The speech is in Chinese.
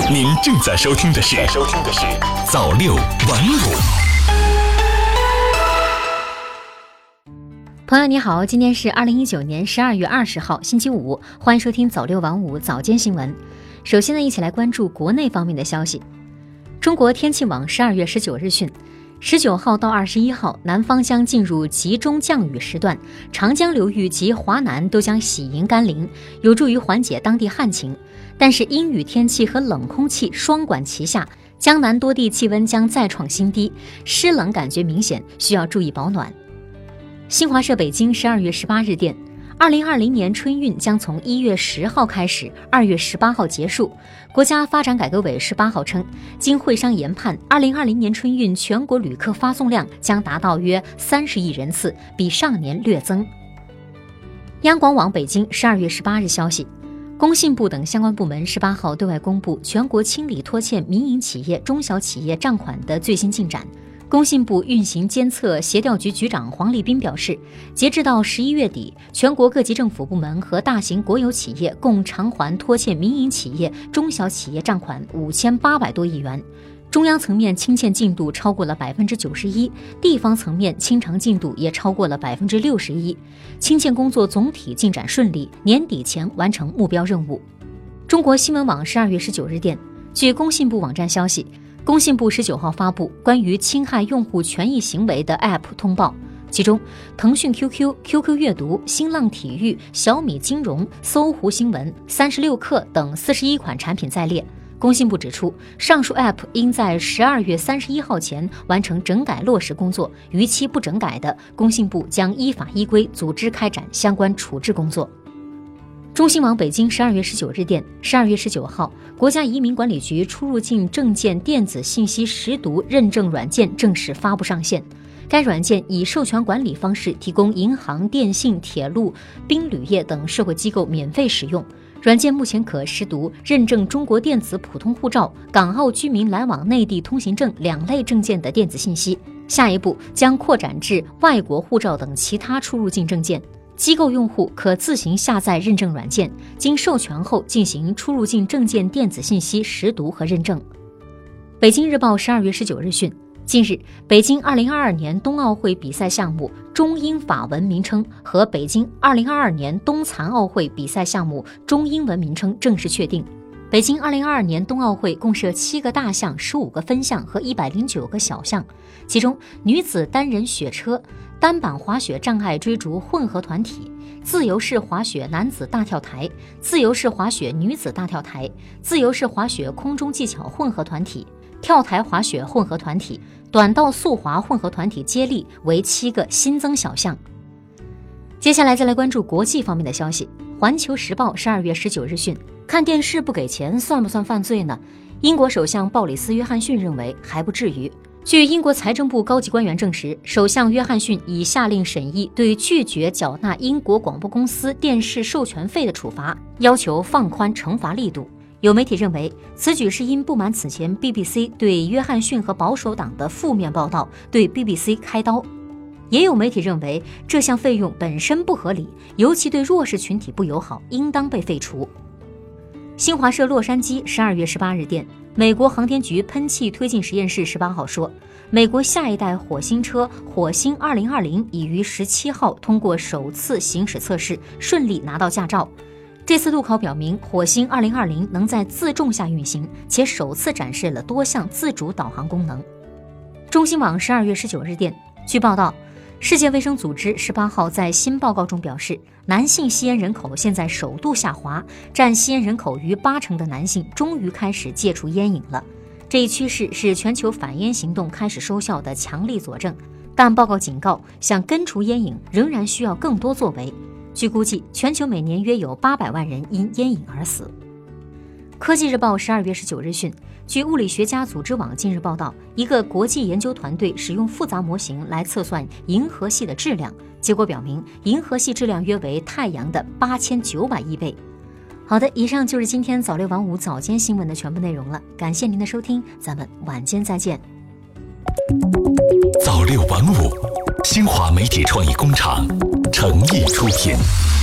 您正在收听的是早六晚五。 朋友你好，今天是2019年12月20号星期五，欢迎收听早六晚五早间新闻。首先呢，一起来关注国内方面的消息。中国天气网12月19日讯，19号到21号，南方将进入集中降雨时段，长江流域及华南都将喜迎甘霖，有助于缓解当地旱情。但是阴雨天气和冷空气双管齐下，江南多地气温将再创新低，湿冷感觉明显，需要注意保暖。新华社北京12月18日电，2020年春运将从1月10号开始，2月18号结束。国家发展改革委18号称，经会商研判，2020年春运全国旅客发送量将达到约30亿人次，比上年略增。央广网北京12月18日消息，工信部等相关部门18号对外公布全国清理拖欠民营企业、中小企业账款的最新进展。工信部运行监测协调局局长黄立斌表示，截至到11月底，全国各级政府部门和大型国有企业共偿还拖欠民营企业、中小企业账款5800多亿元。中央层面清欠进度超过了91%，地方层面清偿进度也超过了61%，清欠工作总体进展顺利，年底前完成目标任务。中国新闻网12月19日电，据工信部网站消息，工信部19号发布关于侵害用户权益行为的 App 通报，其中腾讯 QQ、QQ 阅读、新浪体育、小米金融、搜狐新闻、36氪等41款产品在列。工信部指出，上述 App 应在12月31号前完成整改落实工作，逾期不整改的，工信部将依法依规组织开展相关处置工作。中新网北京12月19日电，12月19号，国家移民管理局出入境证件电子信息识读认证软件正式发布上线。该软件以授权管理方式提供银行、电信、铁路、宾旅业等社会机构免费使用。软件目前可识读认证中国电子普通护照、港澳居民来往内地通行证2类证件的电子信息，下一步将扩展至外国护照等其他出入境证件。机构用户可自行下载认证软件，经授权后进行出入境证件电子信息识读和认证。北京日报12月19日讯，近日，北京2022年冬奥会比赛项目中英法文名称和北京2022年冬残奥会比赛项目中英文名称正式确定。北京2022年冬奥会共设7个大项、15个分项和109个小项，其中女子单人雪车、单板滑雪障碍追逐混合团体、自由式滑雪男子大跳台、自由式滑雪女子大跳台、自由式滑雪空中技巧混合团体、跳台滑雪混合团体、短道速滑混合团体接力为7个新增小项。接下来再来关注国际方面的消息。环球时报12月19日讯，看电视不给钱算不算犯罪呢？英国首相鲍里斯·约翰逊认为还不至于。据英国财政部高级官员证实，首相约翰逊已下令审议对拒绝缴纳英国广播公司电视授权费的处罚，要求放宽惩罚力度。有媒体认为，此举是因不满此前 BBC 对约翰逊和保守党的负面报道，对 BBC 开刀。也有媒体认为，这项费用本身不合理，尤其对弱势群体不友好，应当被废除。新华社洛杉矶12月18日电，美国航天局喷气推进实验室18号说，美国下一代火星车火星2020已于17号通过首次行驶测试，顺利拿到驾照。这次路考表明，火星2020能在自重下运行，且首次展示了多项自主导航功能。中新网12月19日电，据报道，世界卫生组织18号在新报告中表示，男性吸烟人口现在首度下滑，占吸烟人口逾80%的男性终于开始戒除烟瘾了。这一趋势是全球反烟行动开始收效的强力佐证，但报告警告，想根除烟瘾仍然需要更多作为。据估计，全球每年约有800万人因烟瘾而死。科技日报12月19日讯，据物理学家组织网近日报道，一个国际研究团队使用复杂模型来测算银河系的质量，结果表明银河系质量约为太阳的8900亿倍。好的，以上就是今天早六晚五早间新闻的全部内容了，感谢您的收听，咱们晚间再见。 早六晚五，新华媒体创意工厂诚意出品。